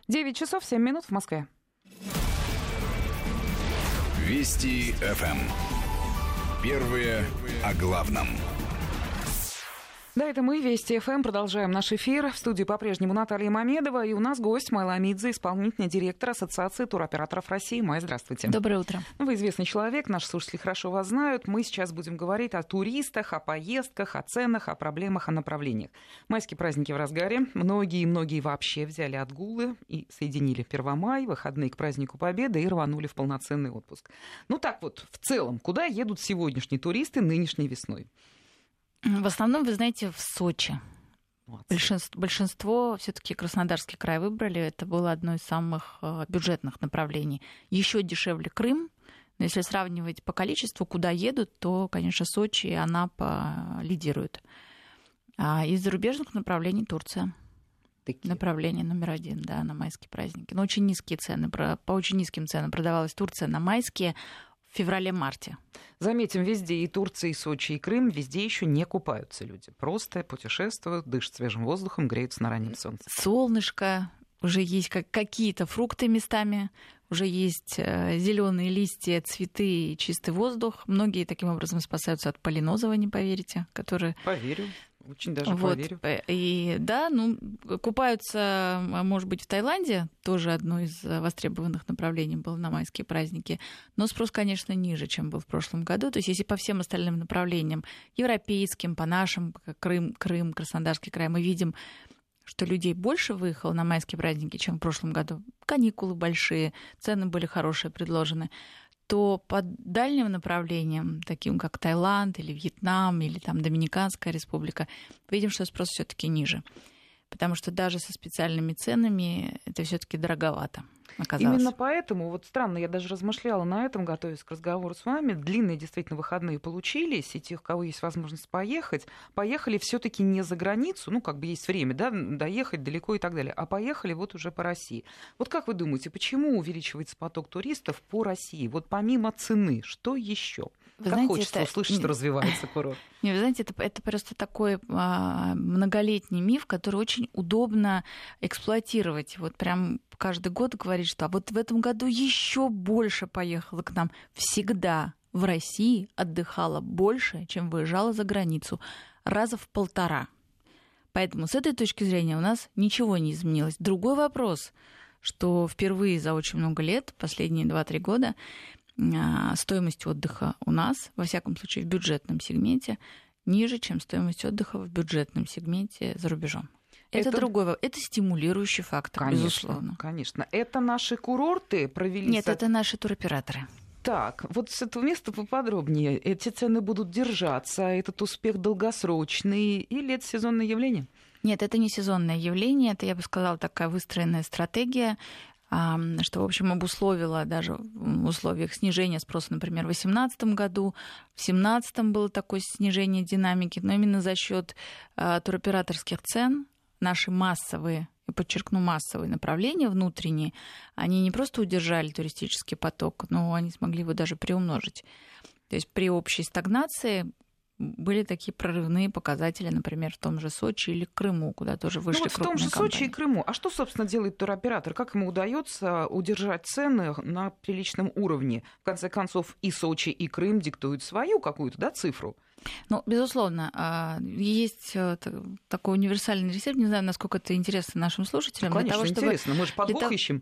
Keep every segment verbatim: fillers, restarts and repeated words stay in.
девять часов семь минут в Москве. Вести эф эм. Первые о главном. Да, это мы, Вести эф эм, продолжаем наш эфир. В студии по-прежнему Наталья Мамедова, и у нас гость Майя Ламидзе, исполнительный директор Ассоциации туроператоров России. Майя, здравствуйте. Доброе утро. Вы известный человек, наши слушатели хорошо вас знают. Мы сейчас будем говорить о туристах, о поездках, о ценах, о проблемах, о направлениях. Майские праздники в разгаре. Многие-многие вообще взяли отгулы и соединили Первомай, выходные к празднику Победы и рванули в полноценный отпуск. Ну так вот, в целом, куда едут сегодняшние туристы нынешней весной? В основном, вы знаете, в Сочи. Большинство, большинство все-таки Краснодарский край выбрали. Это было одно из самых бюджетных направлений. Еще дешевле Крым. Но если сравнивать по количеству, куда едут, то, конечно, Сочи и Анапа лидируют. А из зарубежных направлений Турция. Такие. Направление номер один, да, на майские праздники. Но очень низкие цены. По очень низким ценам продавалась Турция на майские в феврале-марте. Заметим, везде, и Турция, и Сочи, и Крым, везде еще не купаются люди. Просто путешествуют, дышат свежим воздухом, греются на раннем солнце. Солнышко, уже есть какие-то фрукты местами, уже есть зеленые листья, цветы и чистый воздух. Многие таким образом спасаются от полиноза, вы не поверите, которые... Поверю. Очень даже вот. поверю. И да, ну, купаются, может быть, в Таиланде, тоже одно из востребованных направлений было на майские праздники, но спрос, конечно, ниже, чем был в прошлом году. То есть если по всем остальным направлениям, европейским, по нашим, Крым, Крым, Краснодарский край, мы видим, что людей больше выехало на майские праздники, чем в прошлом году, каникулы большие, цены были хорошие предложены, то по дальним направлениям, таким как Таиланд или Вьетнам, или там Доминиканская республика, видим, что спрос все-таки ниже. Потому что даже со специальными ценами это все-таки дороговато оказалось. Именно поэтому, вот странно, я даже размышляла на этом, готовясь к разговору с вами. Длинные действительно выходные получились, и тех, у кого есть возможность поехать, поехали все-таки не за границу, ну, как бы есть время, да, доехать далеко и так далее, а поехали вот уже по России. Вот как вы думаете, почему увеличивается поток туристов по России? Вот помимо цены, что еще? Вы как знаете, хочется это... услышать, что развивается курорт. Не, вы знаете, это, это просто такой а, многолетний миф, который очень удобно эксплуатировать. Вот прям каждый год говорит, что а вот в этом году еще больше поехало к нам. Всегда в России отдыхало больше, чем выезжало за границу. Раза в полтора. Поэтому с этой точки зрения у нас ничего не изменилось. Другой вопрос, что впервые за очень много лет, последние два-три года, стоимость отдыха у нас, во всяком случае в бюджетном сегменте, ниже, чем стоимость отдыха в бюджетном сегменте за рубежом. Это, это другой, это стимулирующий фактор, конечно, безусловно. Конечно. Это наши курорты провели... Нет, со... это наши туроператоры. Так, вот с этого места поподробнее. Эти цены будут держаться, этот успех долгосрочный или это сезонное явление? Нет, это не сезонное явление, это, я бы сказала, такая выстроенная стратегия, что, в общем, обусловило даже в условиях снижения спроса, например, в две тысячи восемнадцатом году. В две тысячи семнадцатом было такое снижение динамики, но именно за счет туроператорских цен наши массовые, я подчеркну, массовые направления внутренние, они не просто удержали туристический поток, но они смогли его даже приумножить. То есть при общей стагнации были такие прорывные показатели, например, в том же Сочи или Крыму, куда тоже вышли крупные компании. Ну вот в том же Сочи и Крыму. А что, собственно, делает туроператор? Как ему удается удержать цены на приличном уровне? В конце концов, и Сочи, и Крым диктуют свою какую-то, да, цифру? Ну, безусловно, есть такой универсальный рецепт. Не знаю, насколько это интересно нашим слушателям. Ну, конечно, для того, чтобы... интересно. Мы же подвох того... ищем.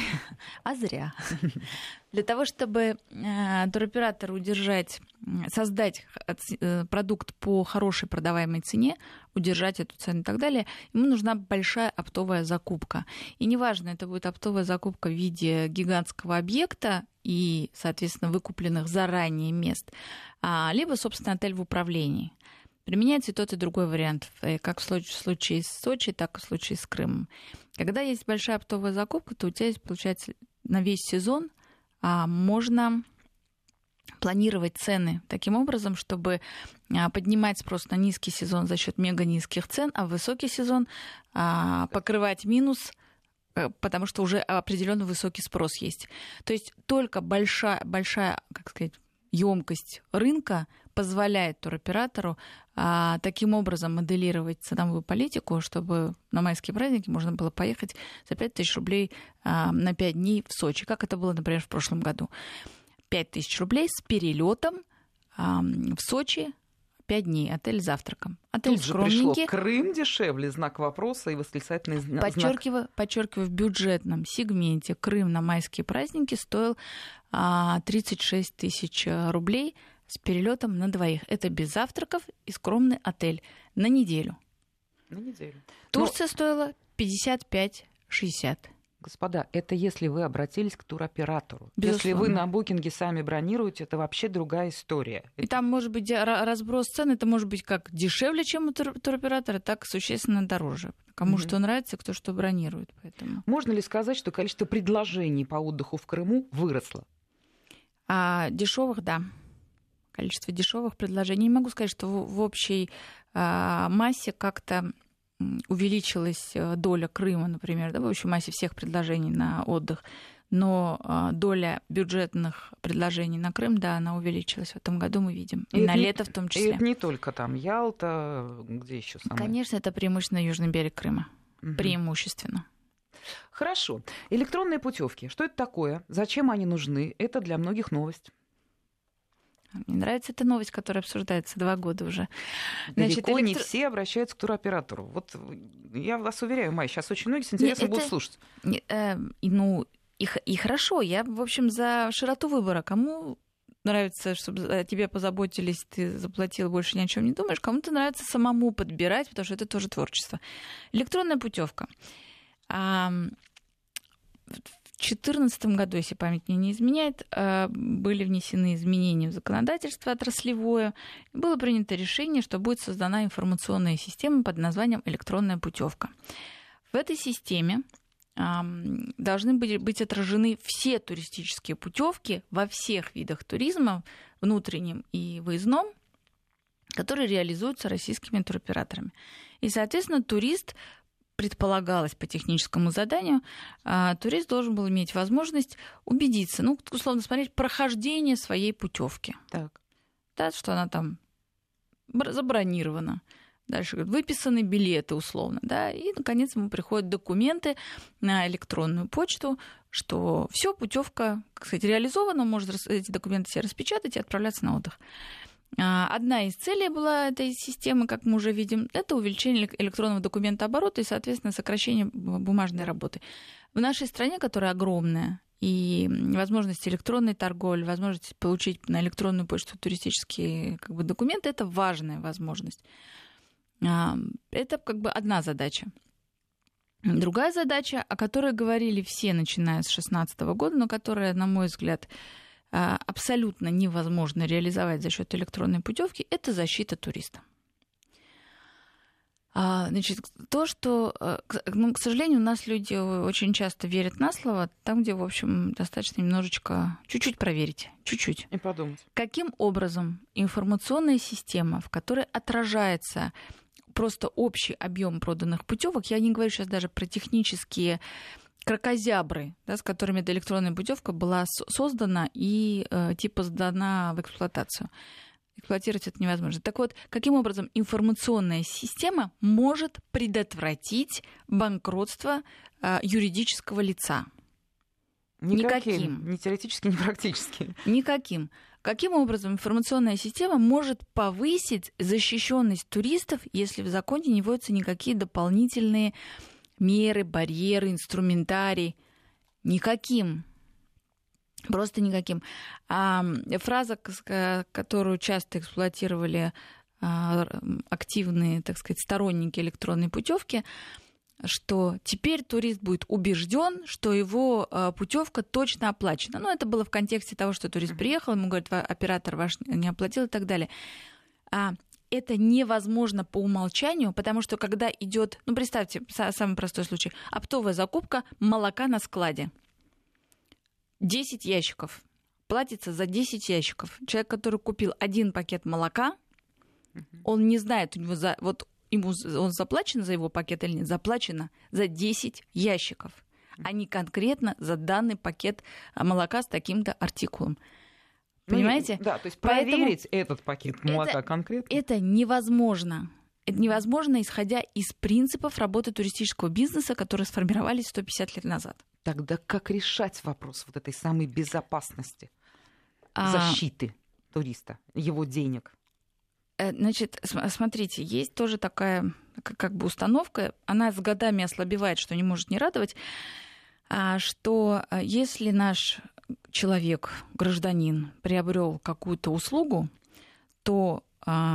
А зря. Для того, чтобы туроператору удержать, создать продукт по хорошей продаваемой цене, удержать эту цену и так далее, ему нужна большая оптовая закупка. И неважно, это будет оптовая закупка в виде гигантского объекта и, соответственно, выкупленных заранее мест, либо, собственно, отель в управлении. Применяется и тот, и другой вариант, как в случае с Сочи, так и в случае с Крымом. Когда есть большая оптовая закупка, то у тебя есть, получается, на весь сезон можно планировать цены таким образом, чтобы поднимать спрос на низкий сезон за счет мега низких цен, а в высокий сезон покрывать минус, потому что уже определенно высокий спрос есть. То есть только большая, большая, как сказать, емкость рынка позволяет туроператору а, таким образом моделировать ценовую политику, чтобы на майские праздники можно было поехать за пять тысяч рублей а, на пять дней в Сочи, как это было, например, в прошлом году. пять тысяч рублей с перелетом а, в Сочи, пять дней, отель с завтраком. Отель Тут же скромненький. пришло Крым дешевле, знак вопроса и восклицательный знак. Подчеркиваю, подчеркиваю, в бюджетном сегменте Крым на майские праздники стоил а, тридцать шесть тысяч рублей с перелетом на двоих. Это без завтраков и скромный отель на неделю. На неделю. Турция Но... стоила пятьдесят пять шестьдесят. Господа, это если вы обратились к туроператору. Безусловно. Если вы на букинге сами бронируете, это вообще другая история. И там может быть разброс цен, это может быть как дешевле, чем у туроператора, так и существенно дороже. Кому mm-hmm. что нравится, кто что бронирует. Поэтому. Можно ли сказать, что количество предложений по отдыху в Крыму выросло? А, дешевых, да. Количество дешевых предложений. Не могу сказать, что в, в общей а, массе как-то увеличилась доля Крыма, например, да, в общей массе всех предложений на отдых, но доля бюджетных предложений на Крым, да, она увеличилась в этом году, мы видим, и, и на не, лето в том числе. И это не только там Ялта, где еще самое? Конечно, это преимущественно южный берег Крыма, угу. преимущественно. Хорошо. Электронные путевки. Что это такое? Зачем они нужны? Это для многих новость. Мне нравится эта новость, которая обсуждается два года уже. Значит, далеко электро... не все обращаются к туроператору. Вот я вас уверяю, Майя, сейчас очень многие с интересом это... будут слушать. Э, ну, и, и хорошо. Я, в общем, за широту выбора. Кому нравится, чтобы о тебе позаботились, ты заплатил, больше ни о чем не думаешь. Кому-то нравится самому подбирать, потому что это тоже творчество. Электронная путевка. А... В две тысячи четырнадцатом году, если память мне не изменяет, были внесены изменения в законодательство отраслевое. Было принято решение, что будет создана информационная система под названием «Электронная путевка». В этой системе должны быть отражены все туристические путевки во всех видах туризма, внутреннем и выездном, которые реализуются российскими туроператорами. И, соответственно, турист... предполагалось по техническому заданию, а, турист должен был иметь возможность убедиться, ну, условно, смотреть прохождение своей путевки. Так. Да, что она там забронирована. Дальше говорят, выписаны билеты условно. Да, и, наконец, ему приходят документы на электронную почту, что все, путевка, как сказать, реализована, может эти документы себе распечатать и отправляться на отдых. Одна из целей была этой системы, как мы уже видим, это увеличение электронного документооборота и, соответственно, сокращение бумажной работы. В нашей стране, которая огромная, и возможность электронной торговли, возможность получить на электронную почту туристические как бы, документы, это важная возможность. Это как бы одна задача. Другая задача, о которой говорили все, начиная с две тысячи шестнадцатого года, но которая, на мой взгляд, абсолютно невозможно реализовать за счет электронной путевки, это защита туриста. Значит, то, что, ну, к сожалению, у нас люди очень часто верят на слово, там, где, в общем, достаточно немножечко, чуть-чуть проверить, чуть-чуть. И подумать. Каким образом информационная система, в которой отражается просто общий объем проданных путевок, я не говорю сейчас даже про технические кракозябры, да, с которыми эта электронная путевка была создана и э, типа сдана в эксплуатацию. Эксплуатировать это невозможно. Так вот, каким образом информационная система может предотвратить банкротство э, юридического лица? Никаким. Никаким. Ни теоретически, ни практически. Никаким. Каким образом информационная система может повысить защищенность туристов, если в законе не вводятся никакие дополнительные меры, барьеры, инструментарий? Никаким. Просто никаким. А фраза, которую часто эксплуатировали активные, так сказать, сторонники электронной путевки, что теперь турист будет убежден, что его путевка точно оплачена. Ну, это было в контексте того, что турист приехал, ему говорят, оператор ваш не оплатил и так далее. А это невозможно по умолчанию, потому что когда идет, ну, представьте, самый простой случай, оптовая закупка молока на складе. десять ящиков. Платится за десять ящиков. Человек, который купил один пакет молока, он не знает, у него за, вот ему он заплачен за его пакет или нет, заплачено за десять ящиков, а не конкретно за данный пакет молока с таким-то артикулом. Понимаете? Ну, да, то есть Поэтому проверить этот пакет молока это, конкретно. Это невозможно. Это невозможно, исходя из принципов работы туристического бизнеса, которые сформировались сто пятьдесят лет назад. Тогда как решать вопрос вот этой самой безопасности, А... защиты туриста, его денег? Значит, смотрите, есть тоже такая как бы установка, она с годами ослабевает, что не может не радовать, что если наш человек, гражданин, приобрел какую-то услугу, то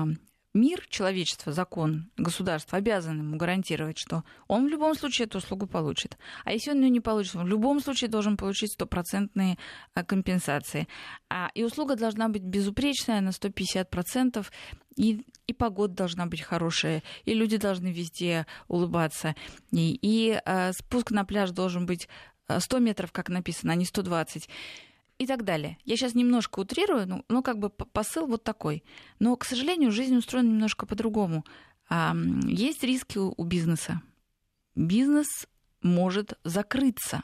мир, человечество, закон, государство обязаны ему гарантировать, что он в любом случае эту услугу получит. А если он ее не получит, он в любом случае должен получить стопроцентные компенсации. А, и услуга должна быть безупречная на сто пятьдесят процентов, и, и погода должна быть хорошая, и люди должны везде улыбаться, и, и а, спуск на пляж должен быть сто метров, как написано, а не сто двадцать. И так далее. Я сейчас немножко утрирую, но, но как бы посыл вот такой. Но, к сожалению, жизнь устроена немножко по-другому. Есть риски у бизнеса. Бизнес может закрыться.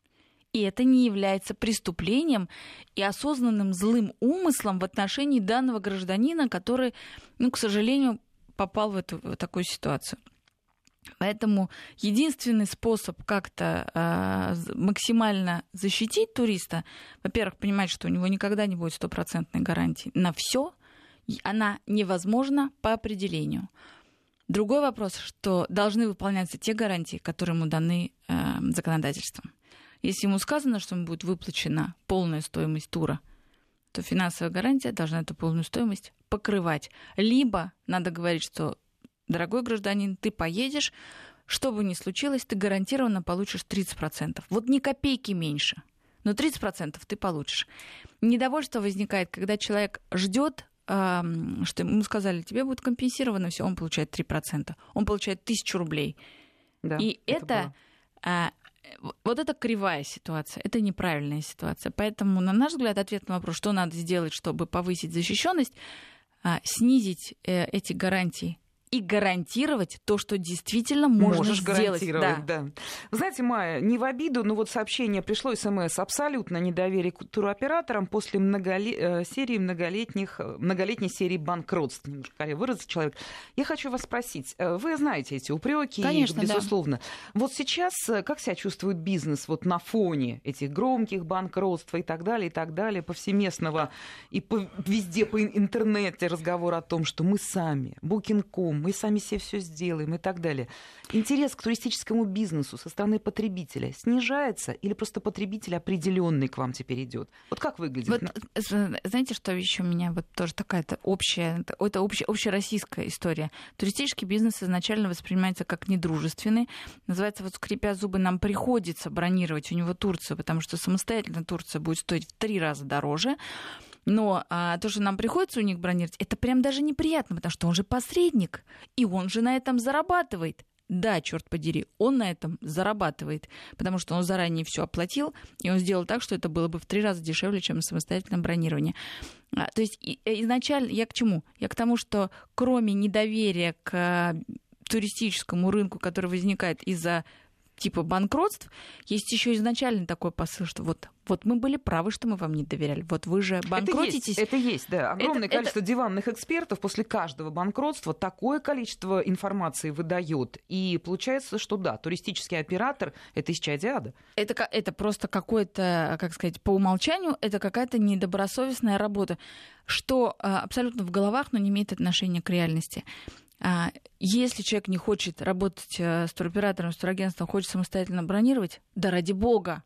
И это не является преступлением и осознанным злым умыслом в отношении данного гражданина, который, ну, к сожалению, попал в эту в такую ситуацию. Поэтому единственный способ как-то э, максимально защитить туриста, во-первых, понимать, что у него никогда не будет стопроцентной гарантии на все, она невозможна по определению. Другой вопрос, что должны выполняться те гарантии, которые ему даны э, законодательством. Если ему сказано, что ему будет выплачена полная стоимость тура, то финансовая гарантия должна эту полную стоимость покрывать. Либо надо говорить, что дорогой гражданин, ты поедешь, что бы ни случилось, ты гарантированно получишь тридцать процентов. Вот ни копейки меньше, но тридцать процентов ты получишь. Недовольство возникает, когда человек ждет, что ему сказали, тебе будет компенсировано все, он получает три процента, он получает тысячу рублей. Да, и это, это вот это кривая ситуация, это неправильная ситуация. Поэтому, на наш взгляд, ответ на вопрос, что надо сделать, чтобы повысить защищенность, снизить эти гарантии и гарантировать то, что действительно можно Можешь сделать. гарантировать, да. да. Вы знаете, Майя, не в обиду, но вот сообщение пришло, СМС, абсолютно недоверие к туроператорам после многоле... серии многолетних, многолетней серии банкротств. Немножко выразился человек. Я хочу вас спросить, вы знаете эти упреки, Конечно, безусловно. Да. Вот сейчас как себя чувствует бизнес вот на фоне этих громких банкротств и так далее, и так далее, повсеместного, и по... везде по интернете разговор о том, что мы сами, букинг точка ком, мы сами себе все сделаем и так далее. Интерес к туристическому бизнесу со стороны потребителя снижается или просто потребитель определенный к вам теперь идет? Вот как выглядит? Вот, знаете, что еще у меня вот тоже такая-то общая, это общая, общероссийская история. Туристический бизнес изначально воспринимается как недружественный. Называется, вот скрипя зубы, нам приходится бронировать у него Турцию, потому что самостоятельно Турция будет стоить в три раза дороже. Но а, то, что нам приходится у них бронировать, это прям даже неприятно, потому что он же посредник, и он же на этом зарабатывает. Да, черт подери, он на этом зарабатывает, потому что он заранее все оплатил, и он сделал так, что это было бы в три раза дешевле, чем самостоятельное бронирование. А, то есть и, изначально я к чему? Я к тому, что кроме недоверия к туристическому рынку, который возникает из-за типа банкротств, есть еще изначально такой посыл, что вот, вот мы были правы, что мы вам не доверяли. Вот вы же банкротитесь. Это есть, это есть, да. Огромное это, количество это... диванных экспертов после каждого банкротства такое количество информации выдает. И получается, что да, туристический оператор — это исчадие ада. Это, это просто какое-то, как сказать, по умолчанию, это какая-то недобросовестная работа, что абсолютно в головах, но не имеет отношения к реальности. Если человек не хочет работать с туроператором, с турагентством, хочет самостоятельно бронировать, да ради бога,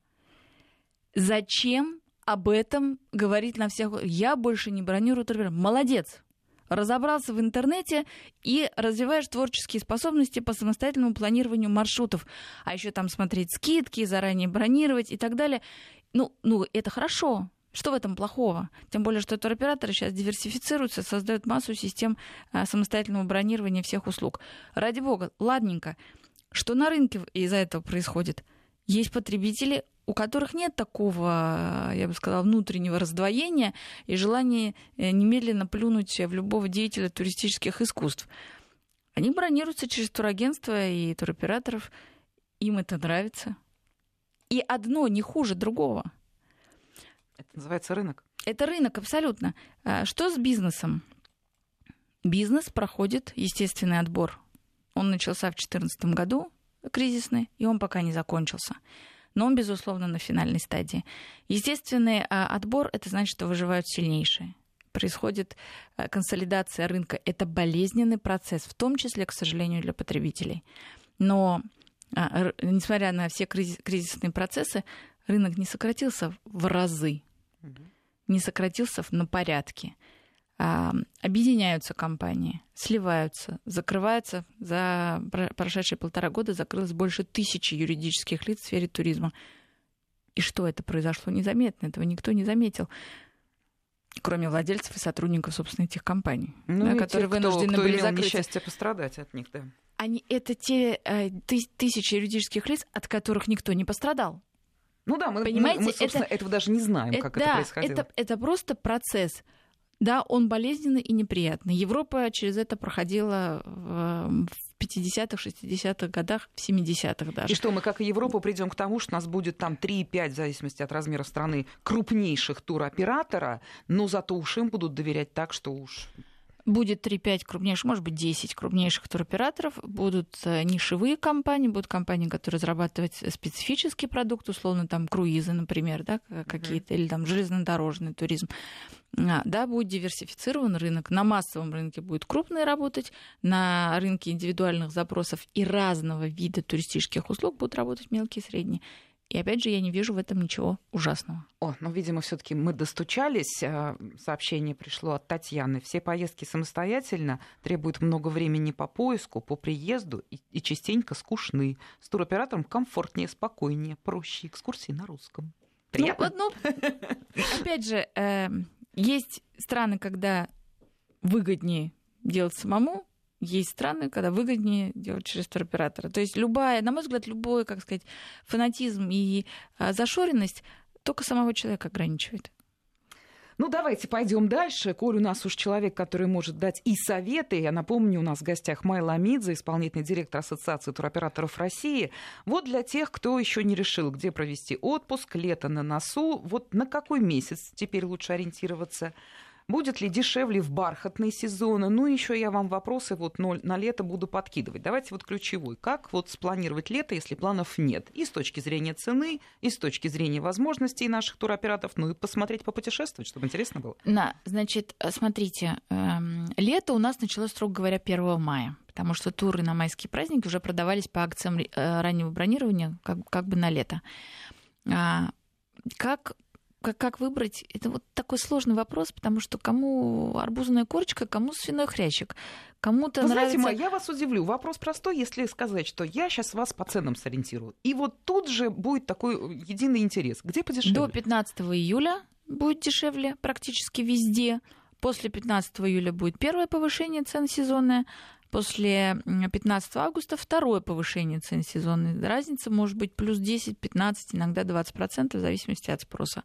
зачем об этом говорить на всех? Я больше не бронирую туроператора. Молодец! Разобрался в интернете и развиваешь творческие способности по самостоятельному планированию маршрутов. А еще там смотреть скидки, заранее бронировать и так далее. Ну, ну это хорошо. Что в этом плохого? Тем более, что туроператоры сейчас диверсифицируются, создают массу систем самостоятельного бронирования всех услуг. Ради бога, ладненько. Что на рынке из-за этого происходит? Есть потребители, у которых нет такого, я бы сказала, внутреннего раздвоения и желания немедленно плюнуть в любого деятеля туристических искусств. Они бронируются через турагентства и туроператоров. Им это нравится. И одно не хуже другого. Это называется рынок. Это рынок, абсолютно. Что с бизнесом? Бизнес проходит естественный отбор. Он начался в две тысячи четырнадцатом году, кризисный, и он пока не закончился. Но он, безусловно, на финальной стадии. Естественный отбор – это значит, что выживают сильнейшие. Происходит консолидация рынка. Это болезненный процесс, в том числе, к сожалению, для потребителей. Но, несмотря на все кризисные процессы, рынок не сократился в разы, не сократился на порядке. Объединяются компании, сливаются, закрываются. За прошедшие полтора года закрылось больше тысячи юридических лиц в сфере туризма. И что это произошло незаметно? Этого никто не заметил, кроме владельцев и сотрудников, собственно, этих компаний, ну, да, и которые тех, вынуждены кто, были кто закрыть. Несчастье пострадать от них, да. Они, это те э, ты, тысячи юридических лиц, от которых никто не пострадал. Ну да, мы, Понимаете, мы, мы собственно, это, этого даже не знаем, это, как да, это происходило. Это, это просто процесс. Да, он болезненный и неприятный. Европа через это проходила в пятидесятых, шестидесятых годах, в семидесятых даже. И что, мы, как и Европа, придем к тому, что у нас будет там три-пять, в зависимости от размера страны, крупнейших туроператора, но зато уж им будут доверять так, что уж... Будет три-пять крупнейших, может быть, десять крупнейших туроператоров. Будут нишевые компании, будут компании, которые разрабатывают специфический продукт, условно, там, круизы, например, да, какие-то, mm-hmm. или там железнодорожный туризм. Да, будет диверсифицирован рынок. На массовом рынке будет крупные работать, на рынке индивидуальных запросов и разного вида туристических услуг будут работать мелкие и средние. И опять же, я не вижу в этом ничего ужасного. О, ну, видимо, все-таки мы достучались. Сообщение пришло от Татьяны. Все поездки самостоятельно требуют много времени по поиску, по приезду и, и частенько скучны. С туроператором комфортнее, спокойнее, проще. Экскурсии на русском. Приятно? Ну, ну, опять же, э, есть страны, когда выгоднее делать самому. Есть страны, когда выгоднее делать через туроператора. То есть любая, на мой взгляд, любой, как сказать, фанатизм и а, зашоренность только самого человека ограничивает. Ну, давайте пойдем дальше. Коль у нас уж человек, который может дать и советы. Я напомню, у нас в гостях Майя Ламидзе, исполнительный директор Ассоциации туроператоров России. Вот для тех, кто еще не решил, где провести отпуск, лето на носу, вот на какой месяц теперь лучше ориентироваться? Будет ли дешевле в бархатные сезоны? Ну, еще я вам вопросы вот на лето буду подкидывать. Давайте вот ключевой. Как вот спланировать лето, если планов нет? И с точки зрения цены, и с точки зрения возможностей наших туроператоров. Ну, и посмотреть, попутешествовать, чтобы интересно было. Да, значит, смотрите, лето у нас началось, строго говоря, первого мая. Потому что туры на майские праздники уже продавались по акциям раннего бронирования как, как бы на лето. Как... Как, как выбрать? Это вот такой сложный вопрос, потому что кому арбузная корочка, кому свиной хрящик. Кому-то Вы нравится... знаете, Майя, я вас удивлю. Вопрос простой, если сказать, что я сейчас вас по ценам сориентирую. И вот тут же будет такой единый интерес. Где подешевле? До пятнадцатого июля будет дешевле практически везде. После пятнадцатого июля будет первое повышение цен сезонное. После пятнадцатого августа второе повышение цен сезонной. Разница может быть плюс десять, пятнадцать, иногда двадцать процентов в зависимости от спроса.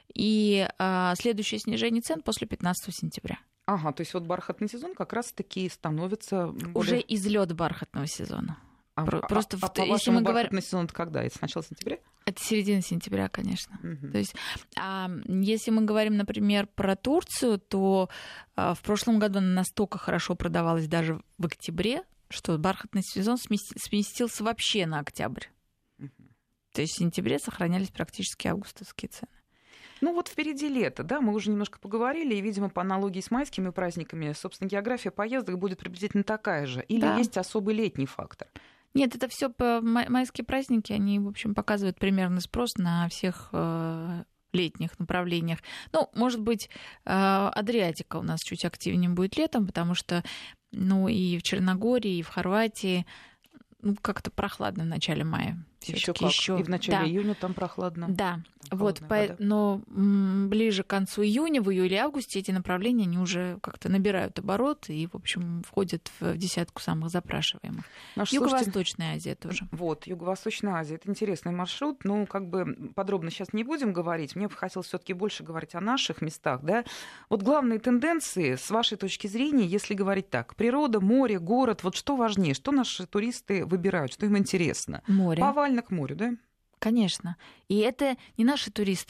И а, следующее снижение цен после пятнадцатого сентября. Ага, то есть вот бархатный сезон как раз-таки становится... Более... Уже излет бархатного сезона. А, Просто а, в, а если мы бархатный говорим... сезон это когда? Это с начала сентября? Это середина сентября, конечно. Угу. То есть, а, если мы говорим, например, про Турцию, то а, в прошлом году она настолько хорошо продавалась даже в октябре, что бархатный сезон смести, сместился вообще на октябрь. Угу. То есть в сентябре сохранялись практически августовские цены. Ну вот впереди лето, да, мы уже немножко поговорили, и, видимо, по аналогии с майскими праздниками, собственно, география поездок будет приблизительно такая же. Или да. Есть особый летний фактор? Нет, это все майские праздники, они, в общем, показывают примерный спрос на всех э, летних направлениях. Ну, может быть, э, Адриатика у нас чуть активнее будет летом, потому что, ну, и в Черногории, и в Хорватии, ну, как-то прохладно в начале мая. Еще как. Ещё... И в начале да. июня там прохладно. Да, там вот, по... но м- ближе к концу июня, в июле-августе эти направления, они уже как-то набирают оборот и, в общем, входят в десятку самых запрашиваемых. Наш Юго-Восточная слушатель... Азия тоже. Вот, Юго-Восточная Азия. Это интересный маршрут. Ну, как бы подробно сейчас не будем говорить. Мне бы хотелось все-таки больше говорить о наших местах, да. Вот главные тенденции, с вашей точки зрения, если говорить так, природа, море, город, вот что важнее, что наши туристы выбирают, что им интересно? Море. Повально к морю, да? Конечно. И это не наши туристы,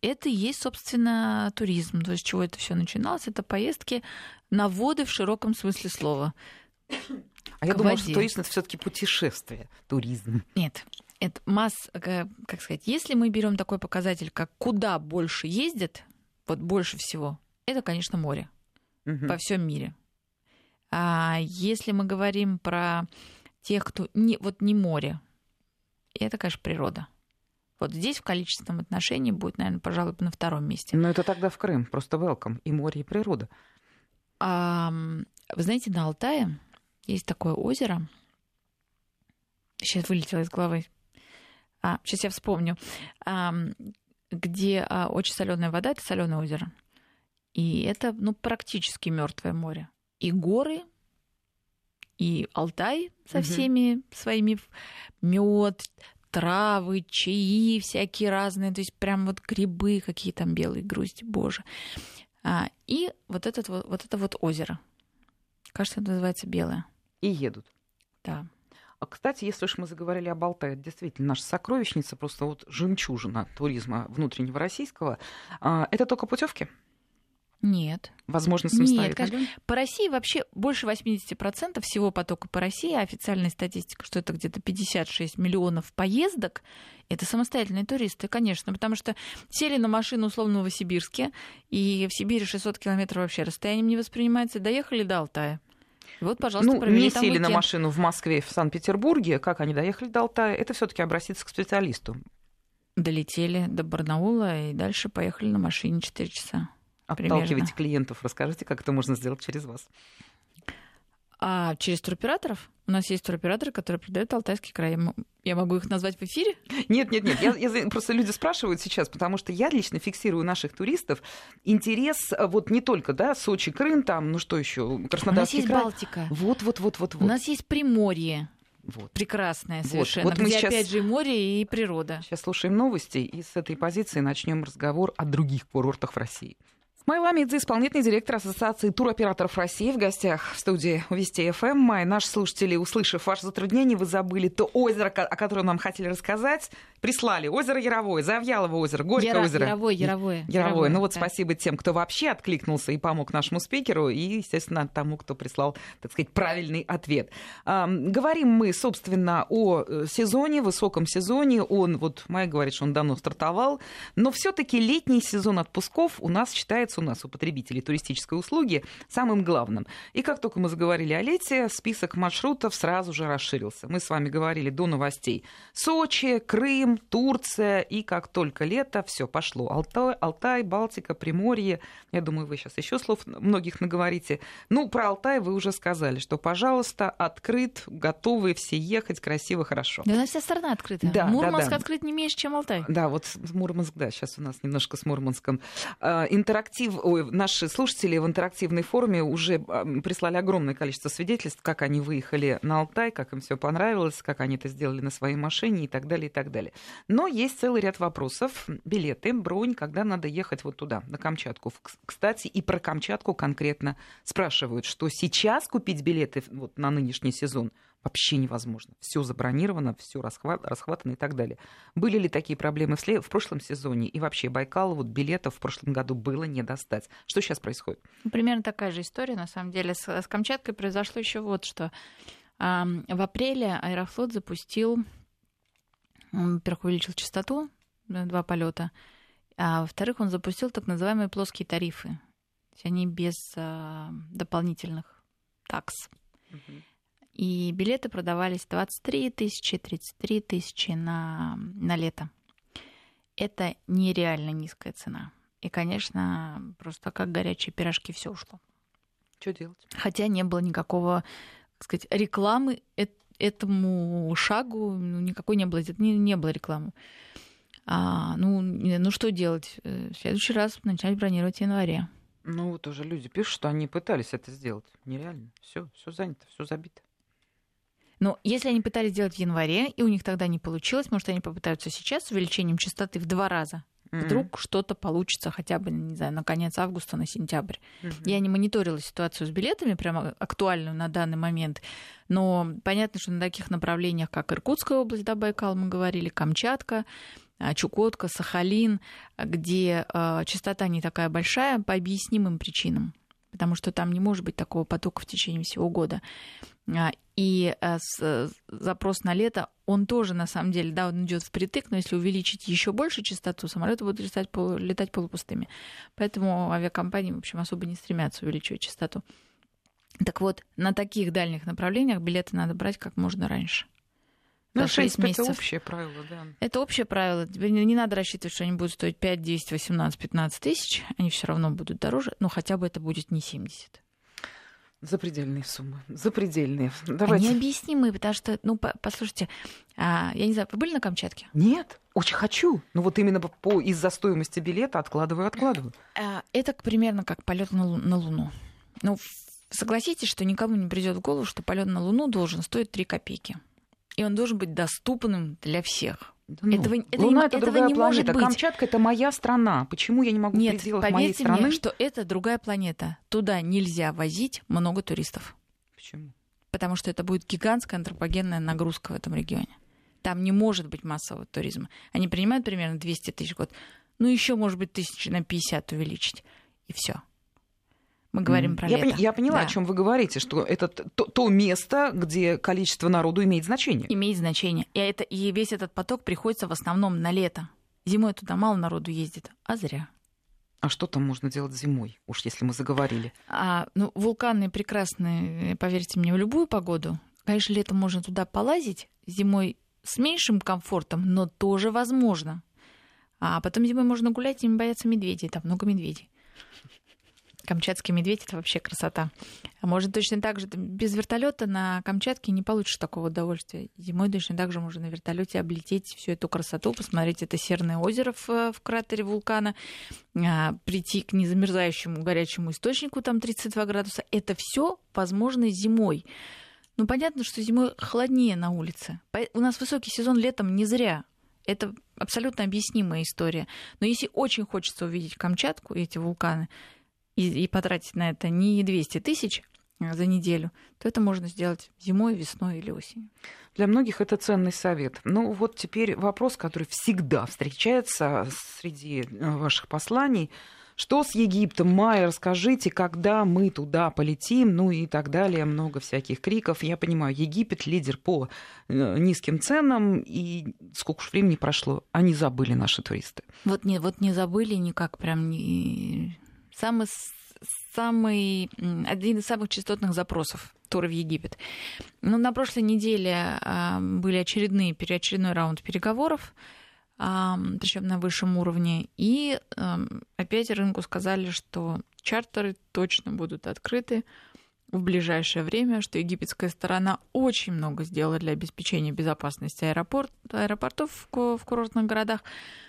это и есть, собственно, туризм. То есть, с чего это все начиналось? Это поездки на воды в широком смысле слова. А я думаю, что туризм — это все-таки путешествие, туризм. Нет. Это масс, как сказать, если мы берем такой показатель, как куда больше ездят, вот больше всего, это, конечно, море угу. во всем мире. А если мы говорим про тех, кто не, вот не море, это, конечно, природа. Вот здесь в количественном отношении будет, наверное, пожалуй, на втором месте. Но это тогда в Крым, просто welcome, и море, и природа. А, вы знаете, на Алтае есть такое озеро, сейчас вылетело из головы, а, сейчас я вспомню, а, где а, очень соленая вода, это соленое озеро, и это, ну, практически мертвое море, и горы, и Алтай со всеми угу. своими мед, травы, чаи всякие разные, то есть прям вот грибы, какие там белые грусти, боже. А, и вот, этот, вот, вот это вот озеро, кажется, это называется Белое. И едут. Да. А, кстати, если уж мы заговорили об Алтае, это действительно наша сокровищница, просто вот жемчужина туризма внутреннего российского. А, это только путевки? Нет. Возможно, самостоятельно? Нет, конечно. По России вообще больше восемьдесят процентов всего потока по России, а официальная статистика, что это где-то пятьдесят шесть миллионов поездок, это самостоятельные туристы, конечно, потому что сели на машину условно в Новосибирске, и в Сибири шестьсот километров вообще расстоянием не воспринимается, доехали до Алтая. И вот, пожалуйста, ну, провели не там сели уикенд. На машину в Москве и в Санкт-Петербурге, как они доехали до Алтая, это все-таки обратиться к специалисту. Долетели до Барнаула и дальше поехали на машине четыре часа. Отталкивайте примерно. Клиентов. Расскажите, как это можно сделать через вас. А через туроператоров? У нас есть туроператоры, которые продают Алтайский край. Я могу их назвать в эфире? Нет, нет, нет. Я, я, просто люди спрашивают сейчас, потому что я лично фиксирую наших туристов интерес вот не только, да, Сочи, Крым, там, ну что еще, Краснодарский край. У нас есть край. Балтика. Вот, вот, вот, вот, вот. У нас есть Приморье. Вот. Прекрасное совершенно. Вот, вот мы где сейчас, опять же море и природа. Сейчас слушаем новости и с этой позиции начнем разговор о других курортах в России. Майя Ламидзе, исполнительный директор Ассоциации туроператоров России, в гостях в студии Вести ФМ. Майя, наши слушатели, услышав ваше затруднение, вы забыли то озеро, о котором нам хотели рассказать. Прислали озеро Яровое, Завьялово озеро, Горькое Яро, озеро. Яровое, Яровое. Яровое. Ну вот да. Спасибо тем, кто вообще откликнулся и помог нашему спикеру, и, естественно, тому, кто прислал, так сказать, правильный ответ. А, говорим мы, собственно, о сезоне, высоком сезоне. Он, вот Майя говорит, что он давно стартовал, но все-таки летний сезон отпусков у нас считается, у нас, у потребителей туристической услуги, самым главным. И как только мы заговорили о лете, список маршрутов сразу же расширился. Мы с вами говорили до новостей. Сочи, Крым, Турция, и как только лето, все пошло. Алтай, Алтай, Балтика, Приморье. Я думаю, вы сейчас еще слов многих наговорите. Ну, про Алтай вы уже сказали, что, пожалуйста, открыт, готовы все ехать, красиво, хорошо. Да, у нас вся страна открыта. Да, Мурманск да, да. открыт не меньше, чем Алтай. Да, вот Мурманск, да, сейчас у нас немножко с Мурманском. Интерактив, ой, наши слушатели в интерактивной форме уже прислали огромное количество свидетельств, как они выехали на Алтай, как им все понравилось, как они это сделали на своей машине и так далее, и так далее. Но есть целый ряд вопросов. Билеты, бронь, когда надо ехать вот туда, на Камчатку. Кстати, и про Камчатку конкретно спрашивают, что сейчас купить билеты вот на нынешний сезон вообще невозможно. Все забронировано, все расхват, расхватано и так далее. Были ли такие проблемы в, след... в прошлом сезоне? И вообще Байкал, вот билетов в прошлом году было не достать. Что сейчас происходит? Примерно такая же история, на самом деле. С, с Камчаткой произошло еще вот что. А, в апреле Аэрофлот запустил, во-первых, увеличил частоту, два полета, а во-вторых, он запустил так называемые плоские тарифы. То есть они без а, дополнительных такс. Угу. И билеты продавались двадцать три тысячи, тридцать три тысячи на, на лето. Это нереально низкая цена. И, конечно, просто как горячие пирожки все ушло. Что делать? Хотя не было никакого, так сказать, рекламы этому шагу, ну, никакой не было, не, не было рекламы. А, ну, ну, что делать? В следующий раз начать бронировать в январе. Ну, вот уже люди пишут, что они пытались это сделать. Нереально. Все, все занято, все забито. Но если они пытались сделать в январе, и у них тогда не получилось, может, они попытаются сейчас с увеличением частоты в два раза. Mm-hmm. Вдруг что-то получится хотя бы, не знаю, на конец августа, на сентябрь. Mm-hmm. Я не мониторила ситуацию с билетами, прямо актуальную на данный момент, но понятно, что на таких направлениях, как Иркутская область, да, Байкал, мы говорили, Камчатка, Чукотка, Сахалин, где э, частота не такая большая по объяснимым причинам, потому что там не может быть такого потока в течение всего года. И с, запрос на лето, он тоже, на самом деле, да, он идет впритык, но если увеличить еще больше частоту, самолеты будут летать, летать полупустыми. Поэтому авиакомпании, в общем, особо не стремятся увеличивать частоту. Так вот, на таких дальних направлениях билеты надо брать как можно раньше. Ну, шесть месяцев. Это общее правило, да. Это общее правило. Теперь не надо рассчитывать, что они будут стоить пять, десять, восемнадцать, пятнадцать тысяч. Они все равно будут дороже, но хотя бы это будет не семьдесят. Запредельные суммы. Запредельные. Давайте. Необъяснимые, потому что, ну, послушайте, я не знаю, вы были на Камчатке? Нет, очень хочу. Но вот именно по, из-за стоимости билета откладываю, откладываю. Это примерно как полет на, на Луну. Ну, согласитесь, что никому не придет в голову, что полет на Луну должен стоить три копейки. И он должен быть доступным для всех. Да ну, этого, Луна — это, это другая планета. Камчатка — это моя страна. Почему я не могу Нет, в пределах моей страны? Нет, поверьте мне, что это другая планета. Туда нельзя возить много туристов. Почему? Потому что это будет гигантская антропогенная нагрузка в этом регионе. Там не может быть массового туризма. Они принимают примерно двести тысяч в год. Ну, еще, может быть, тысячи на пятьдесят увеличить. И все. Мы говорим mm. про я лето. Пон- я поняла, да. о чем вы говорите, что это то, то место, где количество народу имеет значение. Имеет значение. И, это, и весь этот поток приходится в основном на лето. Зимой туда мало народу ездит, а зря. А что там можно делать зимой, уж если мы заговорили? А, ну, вулканы прекрасные, поверьте мне, в любую погоду. Конечно, летом можно туда полазить, зимой с меньшим комфортом, но тоже возможно. А потом зимой можно гулять и не бояться медведей. Там много медведей. Камчатский медведь — это вообще красота. А может, точно так же без вертолета на Камчатке не получишь такого удовольствия. Зимой точно так же можно на вертолете облететь всю эту красоту, посмотреть это серное озеро в, в кратере вулкана, прийти к незамерзающему горячему источнику, там тридцать два градуса. Это все возможно зимой. Ну, понятно, что зимой холоднее на улице. У нас высокий сезон летом не зря. Это абсолютно объяснимая история. Но если очень хочется увидеть Камчатку и эти вулканы, и, и потратить на это не двести тысяч за неделю, то это можно сделать зимой, весной или осенью. Для многих это ценный совет. Ну вот теперь вопрос, который всегда встречается среди ваших посланий. Что с Египтом? Майя, расскажите, когда мы туда полетим, ну и так далее. Много всяких криков. Я понимаю, Египет лидер по низким ценам, и сколько уж времени прошло, они забыли, наши туристы. Вот не, вот не забыли никак, прям не... Самый, самый, один из самых частотных запросов туры в Египет. Ну, на прошлой неделе а, были очередные, очередной раунд переговоров, а, причем на высшем уровне, и а, опять рынку сказали, что чартеры точно будут открыты в ближайшее время, что египетская сторона очень много сделала для обеспечения безопасности аэропорт, аэропортов в, в курортных городах.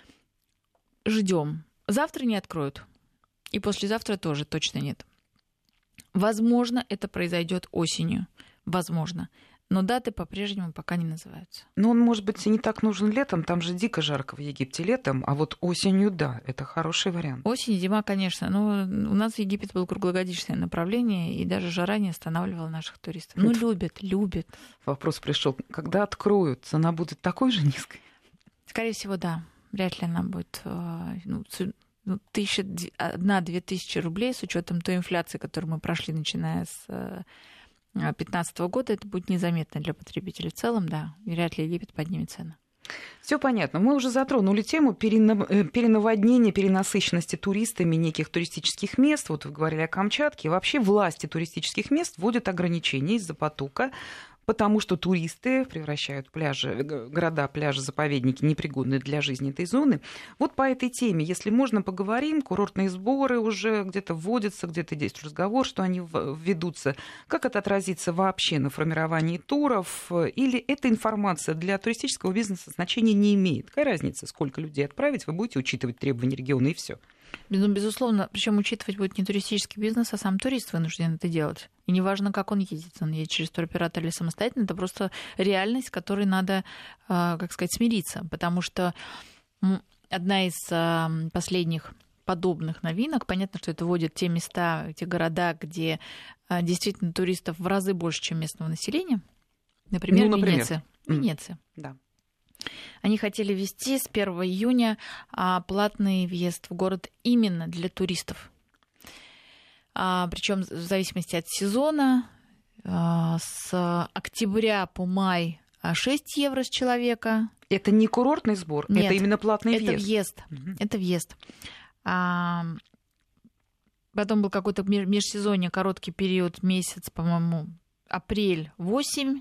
Ждем. Завтра не откроют. И послезавтра тоже точно нет. Возможно, это произойдет осенью. Возможно. Но даты по-прежнему пока не называются. Но он, может быть, и не так нужен летом. Там же дико жарко в Египте летом. А вот осенью, да, это хороший вариант. Осень, зима, конечно. Но у нас Египет был круглогодичное направление, и даже жара не останавливала наших туристов. Ну, любят, любят. Вопрос пришел. Когда откроют, цена будет такой же низкой? Скорее всего, да. Вряд ли она будет... Ну, тысяча, одна-две тысячи рублей с учетом той инфляции, которую мы прошли, начиная с две тысячи пятнадцатого года, это будет незаметно для потребителей в целом, да. Вряд ли Египет поднимет цены. Все понятно. Мы уже затронули тему перенаводнения, перенасыщенности туристами неких туристических мест. Вот вы говорили о Камчатке. Вообще власти туристических мест вводят ограничения из-за потока, потому что туристы превращают пляжи, города, пляжи, заповедники непригодные для жизни этой зоны. Вот по этой теме, если можно, поговорим. Курортные сборы уже где-то вводятся, где-то есть разговор, что они введутся. Как это отразится вообще на формировании туров? Или эта информация для туристического бизнеса значения не имеет? Какая разница, сколько людей отправить? Вы будете учитывать требования региона, и все. Ну, безусловно, причем учитывать будет не туристический бизнес, а сам турист вынужден это делать. И неважно, как он едет, он едет через туроператора или самостоятельно, это просто реальность, с которой надо, как сказать, смириться. Потому что одна из последних подобных новинок. Понятно, что это вводит те места, те города, где действительно туристов в разы больше, чем местного населения. Например, ну, например. Венеция. Mm. Венеция. Да. Они хотели ввести с первого июня платный въезд в город именно для туристов. Причем в зависимости от сезона, с октября по май шесть евро с человека. Это не курортный сбор, Нет, это именно платный это въезд. въезд. Mm-hmm. Это въезд. А, потом был какой-то межсезонье, короткий период, месяц, по-моему, апрель восемь.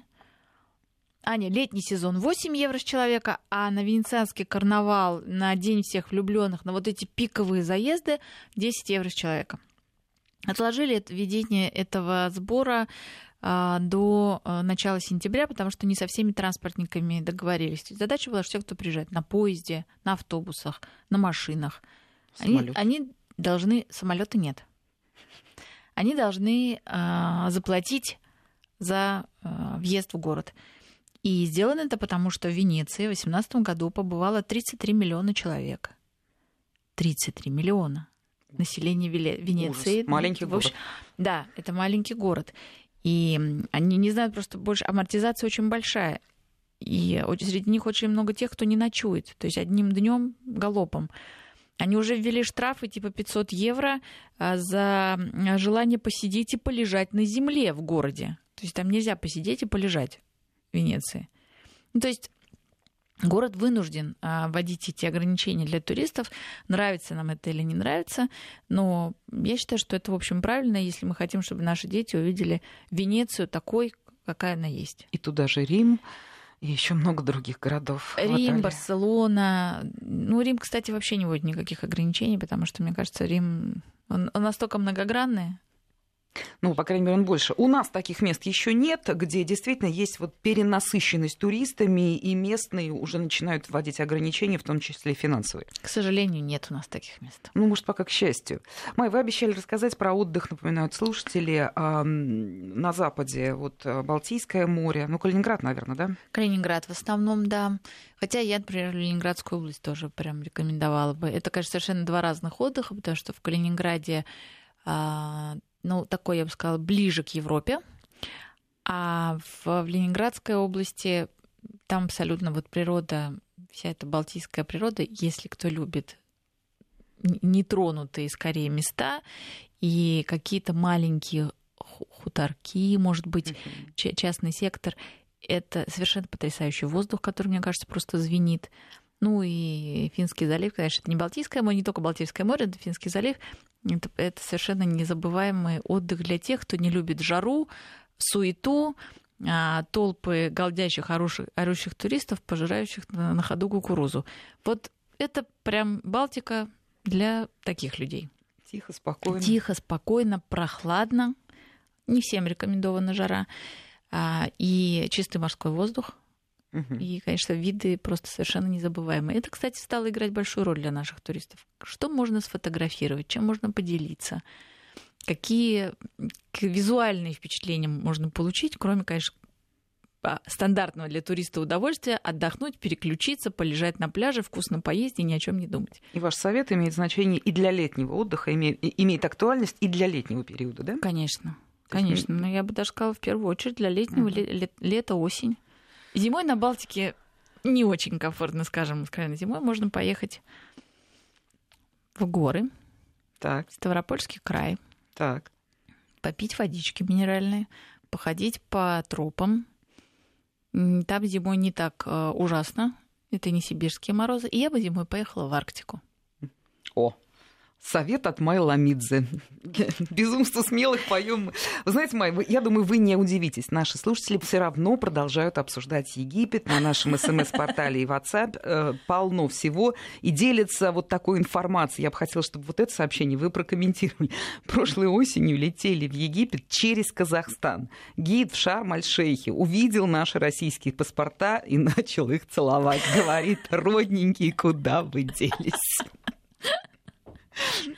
А, нет, летний сезон восемь евро с человека, а на венецианский карнавал, на День всех влюбленных, на вот эти пиковые заезды десять евро с человека. Отложили введение этого сбора а, до а, начала сентября, потому что не со всеми транспортниками договорились. Задача была, что все, кто приезжает на поезде, на автобусах, на машинах, они, они должны... Самолета нет. Они должны а, заплатить за а, въезд в город. И сделано это потому, что в Венеции в две тысячи восемнадцатом году побывало тридцать три миллиона человек. тридцать три миллиона. Население Венеции. Ужас. Маленький город. Общем, да, это маленький город. И они не знают просто больше. Амортизация очень большая. И среди них очень много тех, кто не ночует. То есть одним днем галопом. Они уже ввели штрафы типа пятьсот евро за желание посидеть и полежать на земле в городе. То есть там нельзя посидеть и полежать в Венеции. Ну, то есть город вынужден вводить эти ограничения для туристов. Нравится нам это или не нравится. Но я считаю, что это, в общем, правильно, если мы хотим, чтобы наши дети увидели Венецию такой, какая она есть. И туда же Рим. И еще много других городов. Рим, Барселона. Ну, Рим, кстати, вообще не вводит никаких ограничений, потому что, мне кажется, Рим, он, он настолько многогранный. Ну, по крайней мере, он больше. У нас таких мест еще нет, где действительно есть вот перенасыщенность туристами, и местные уже начинают вводить ограничения, в том числе финансовые. К сожалению, нет у нас таких мест. Ну, может, пока к счастью. Май, вы обещали рассказать про отдых, напоминают слушатели, на западе, вот Балтийское море, ну, Калининград, наверное, да? Калининград в основном, да. Хотя я, например, Ленинградскую область тоже прям рекомендовала бы. Это, конечно, совершенно два разных отдыха, потому что в Калининграде... ну, такой, я бы сказала, ближе к Европе. А в, в Ленинградской области там абсолютно вот природа, вся эта балтийская природа, если кто любит нетронутые, скорее, места и какие-то маленькие хуторки, может быть, mm-hmm. частный сектор, это совершенно потрясающий воздух, который, мне кажется, просто звенит. Ну и Финский залив, конечно, это не Балтийское море, не только Балтийское море, это Финский залив. Это, это совершенно незабываемый отдых для тех, кто не любит жару, суету, а, толпы голдящих, орущих, орущих туристов, пожирающих на, на ходу кукурузу. Вот это прям Балтика для таких людей. Тихо, спокойно. Тихо, спокойно, прохладно. Не всем рекомендована жара. А, и чистый морской воздух. И, конечно, виды просто совершенно незабываемые. Это, кстати, стало играть большую роль для наших туристов. Что можно сфотографировать, чем можно поделиться, какие визуальные впечатления можно получить, кроме, конечно, стандартного для туриста удовольствия отдохнуть, переключиться, полежать на пляже, вкусно поесть и ни о чем не думать. И ваш совет имеет значение и для летнего отдыха, имеет, имеет актуальность и для летнего периода, да? Конечно, конечно. Но я бы даже сказала, в первую очередь для летнего, uh-huh. лета, осень. Зимой на Балтике не очень комфортно, скажем, откровенно. Зимой можно поехать в горы, так. Ставропольский край, так. попить водички минеральные, походить по тропам. Там зимой не так э, ужасно, это не сибирские морозы. И я бы зимой поехала в Арктику. О! Совет от Майи Ламидзе. Безумство смелых поем. Вы знаете, Май, я думаю, вы не удивитесь. Наши слушатели все равно продолжают обсуждать Египет на нашем СМС-портале и WhatsApp. Полно всего. И делятся вот такой информацией. Я бы хотела, чтобы вот это сообщение вы прокомментировали. Прошлой осенью летели в Египет через Казахстан. Гид в Шарм-аль-Шейхе увидел наши российские паспорта и начал их целовать. Говорит: родненькие, куда вы делись?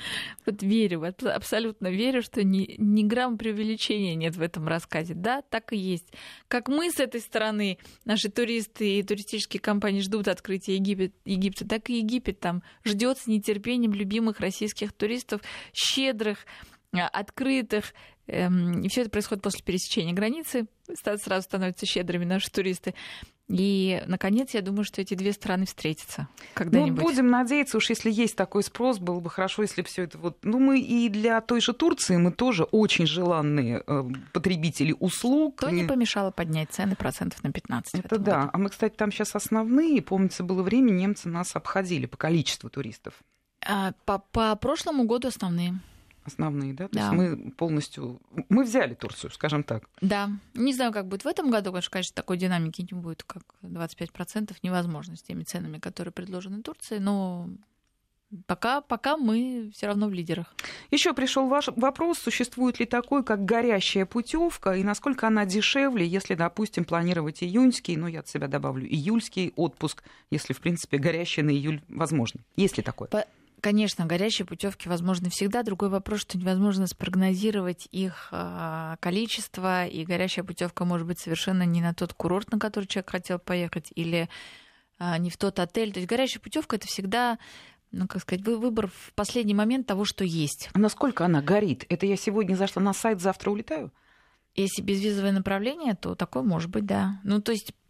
Вот верю, абсолютно верю, что ни, ни грамма преувеличения нет в этом рассказе. Да, так и есть. Как мы с этой стороны, наши туристы и туристические компании ждут открытия Египет, Египта, так и Египет там ждет с нетерпением любимых российских туристов, щедрых, открытых. И все это происходит после пересечения границы. Сразу становятся щедрыми наши туристы. И, наконец, я думаю, что эти две страны встретятся когда-нибудь. Ну, будем надеяться, уж если есть такой спрос, было бы хорошо, если все это вот... Ну, мы и для той же Турции, мы тоже очень желанные э, потребители услуг. То не помешало поднять цены процентов на пятнадцать. Это да. Году. А мы, кстати, там сейчас основные. Помнится, было время, немцы нас обходили по количеству туристов. А, по, по прошлому году основные. Основные, да? То да. есть мы полностью... Мы взяли Турцию, скажем так. Да. Не знаю, как будет в этом году, конечно, конечно, такой динамики не будет, как двадцать пять процентов невозможно с теми ценами, которые предложены Турции, но пока, пока мы все равно в лидерах. Еще пришел ваш вопрос, существует ли такой, как горящая путевка, и насколько она дешевле, если, допустим, планировать июньский, ну, я от себя добавлю, июльский отпуск, если, в принципе, горящий на июль возможно. Есть ли такое? По... Конечно, горящие путевки возможны всегда. Другой вопрос, что невозможно спрогнозировать их количество, и горящая путевка может быть совершенно не на тот курорт, на который человек хотел поехать, или не в тот отель. То есть горящая путевка — это всегда, ну, как сказать, выбор в последний момент того, что есть. А насколько она горит? Это я сегодня зашла на сайт, завтра улетаю? Если безвизовое направление, то такое может быть, да. Ну, то есть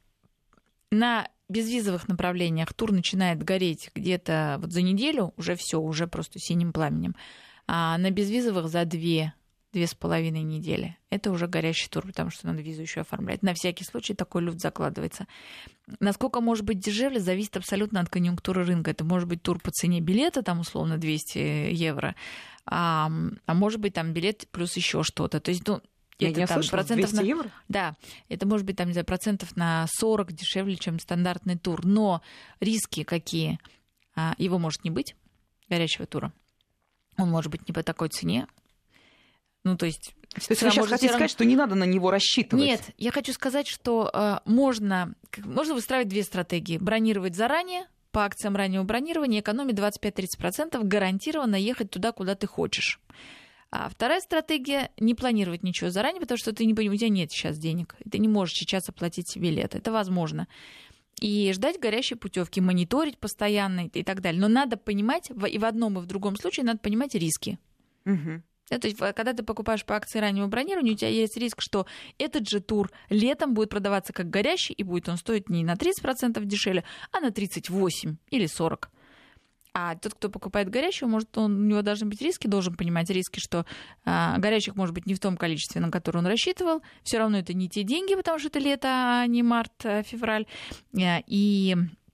на безвизовых направлениях тур начинает гореть где-то вот за неделю, уже все, уже просто синим пламенем. А на безвизовых за две, две с половиной недели. Это уже горящий тур, потому что надо визу еще оформлять. На всякий случай такой люфт закладывается. Насколько может быть дешевле, зависит абсолютно от конъюнктуры рынка. Это может быть тур по цене билета, там условно двести евро, а, а может быть там билет плюс еще что-то. То есть, ну, Я это не там слышала, процентов двести на... евро? Да, это может быть там, не знаю, процентов на сорок дешевле, чем стандартный тур. Но риски какие? Его может не быть, горячего тура. Он может быть не по такой цене. Ну, то есть... То есть вы сейчас хотите сказать, что не надо на него рассчитывать? Нет, я хочу сказать, что э, можно, можно выстраивать две стратегии. Бронировать заранее, по акциям раннего бронирования, экономить двадцать пять - тридцать процентов, гарантированно ехать туда, куда ты хочешь. А вторая стратегия — не планировать ничего заранее, потому что ты не понимаешь, у тебя нет сейчас денег, и ты не можешь сейчас оплатить себе билет. Это возможно. И ждать горящей путевки, мониторить постоянно и так далее. Но надо понимать, и в одном, и в другом случае надо понимать риски. Угу. Да, то есть, когда ты покупаешь по акции раннего бронирования, у тебя есть риск, что этот же тур летом будет продаваться как горящий, и будет он стоить не на тридцать процентов дешевле, а на тридцать восемь или сорок процентов. А тот, кто покупает горящего, может, он, у него должны быть риски, должен понимать риски, что а, горящих может быть не в том количестве, на которое он рассчитывал. Все равно это не те деньги, потому что это лето, а не март, а февраль. И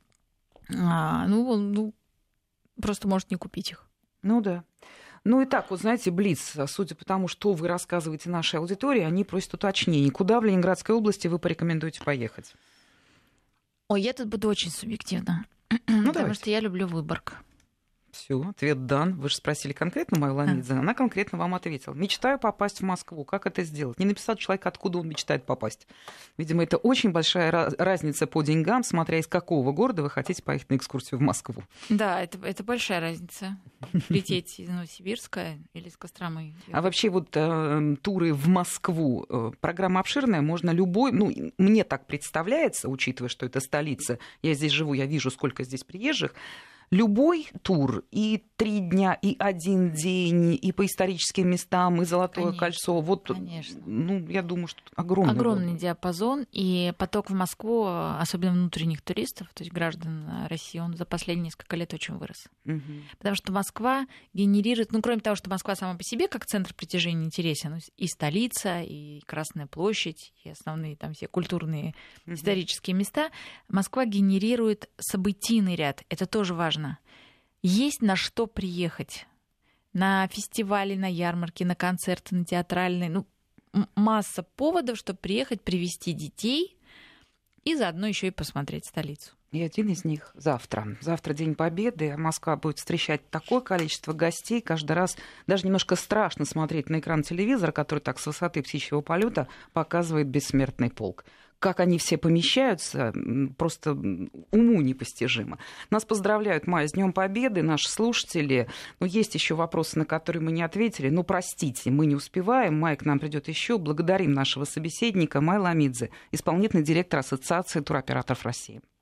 а, ну, ну, просто может не купить их. Ну да. Ну и так, вот знаете, Блиц, судя по тому, что вы рассказываете нашей аудитории, они просят уточнений. Куда в Ленинградской области вы порекомендуете поехать? Ой, я тут буду очень субъективна. Ну, потому давайте. что я люблю Выборг. Все, ответ дан. Вы же спросили конкретно Майю Ламидзе. А. Она конкретно вам ответила. Мечтаю попасть в Москву. Как это сделать? Не написал человек, откуда он мечтает попасть. Видимо, это очень большая разница по деньгам, смотря из какого города вы хотите поехать на экскурсию в Москву. Да, это, это большая разница. Лететь из Новосибирска или из Костромы. А вообще вот э, туры в Москву, э, программа обширная, можно любой... Ну, мне так представляется, учитывая, что это столица. Я здесь живу, я вижу, сколько здесь приезжих. Любой тур, и три дня, и один день, и по историческим местам, и Золотое Конечно, кольцо. Вот, конечно. Ну, я думаю, что огромный. Огромный выбор. диапазон, и поток в Москву, особенно внутренних туристов, то есть граждан России, он за последние несколько лет очень вырос. Угу. Потому что Москва генерирует, ну, кроме того, что Москва сама по себе как центр притяжения интересен, и столица, и Красная площадь, и основные там все культурные угу. исторические места, Москва генерирует событийный ряд. Это тоже важно. Есть на что приехать. На фестивали, на ярмарки, на концерты, на театральные. Ну, масса поводов, чтобы приехать, привезти детей и заодно еще и посмотреть столицу. И один из них завтра. Завтра День Победы. Москва будет встречать такое количество гостей. Каждый раз даже немножко страшно смотреть на экран телевизора, который так с высоты птичьего полета показывает бессмертный полк. как они все помещаются, просто уму непостижимо. Нас поздравляют, Майя, с Днем Победы, наши слушатели. Но есть еще вопросы, на которые мы не ответили. Ну, простите, мы не успеваем. Майя к нам придет еще. Благодарим нашего собеседника Майя Ламидзе, исполнительный директор Ассоциации туроператоров России.